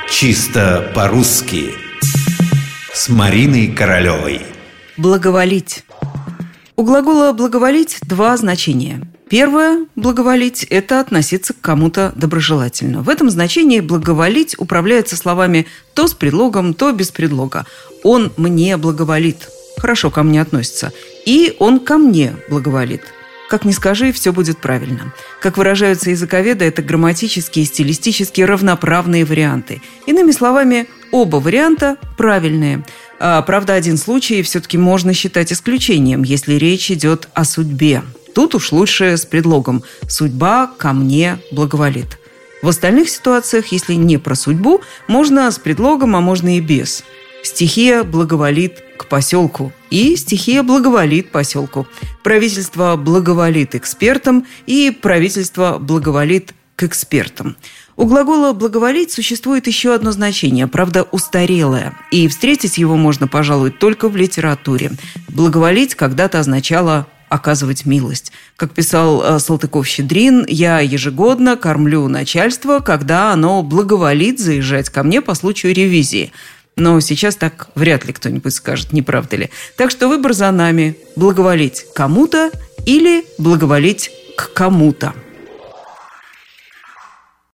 Чисто по-русски с Мариной Королевой. Благоволить. У глагола «благоволить» два значения. Первое – благоволить – это относиться к кому-то доброжелательно. В этом значении благоволить управляется словами то с предлогом, то без предлога. Он мне благоволит, хорошо ко мне относится, и он ко мне благоволит. Как ни скажи, все будет правильно. Как выражаются языковеды, это грамматические и стилистически равноправные варианты. Иными словами, оба варианта правильные. Правда, один случай все-таки можно считать исключением, если речь идет о судьбе. Тут уж лучше с предлогом «судьба ко мне благоволит». В остальных ситуациях, если не про судьбу, можно с предлогом, а можно и без. Стихия благоволит к поселку, и стихия благоволит поселку. Правительство благоволит экспертам, и правительство благоволит к экспертам. У глагола «благоволить» существует еще одно значение, правда, устарелое. И встретить его можно, пожалуй, только в литературе. Благоволить когда-то означало оказывать милость. Как писал Салтыков-Щедрин, «Я ежегодно кормлю начальство, когда оно благоволит заезжать ко мне по случаю ревизии». Но сейчас так вряд ли кто-нибудь скажет, не правда ли? Так что выбор за нами – благоволить кому-то или благоволить к кому-то.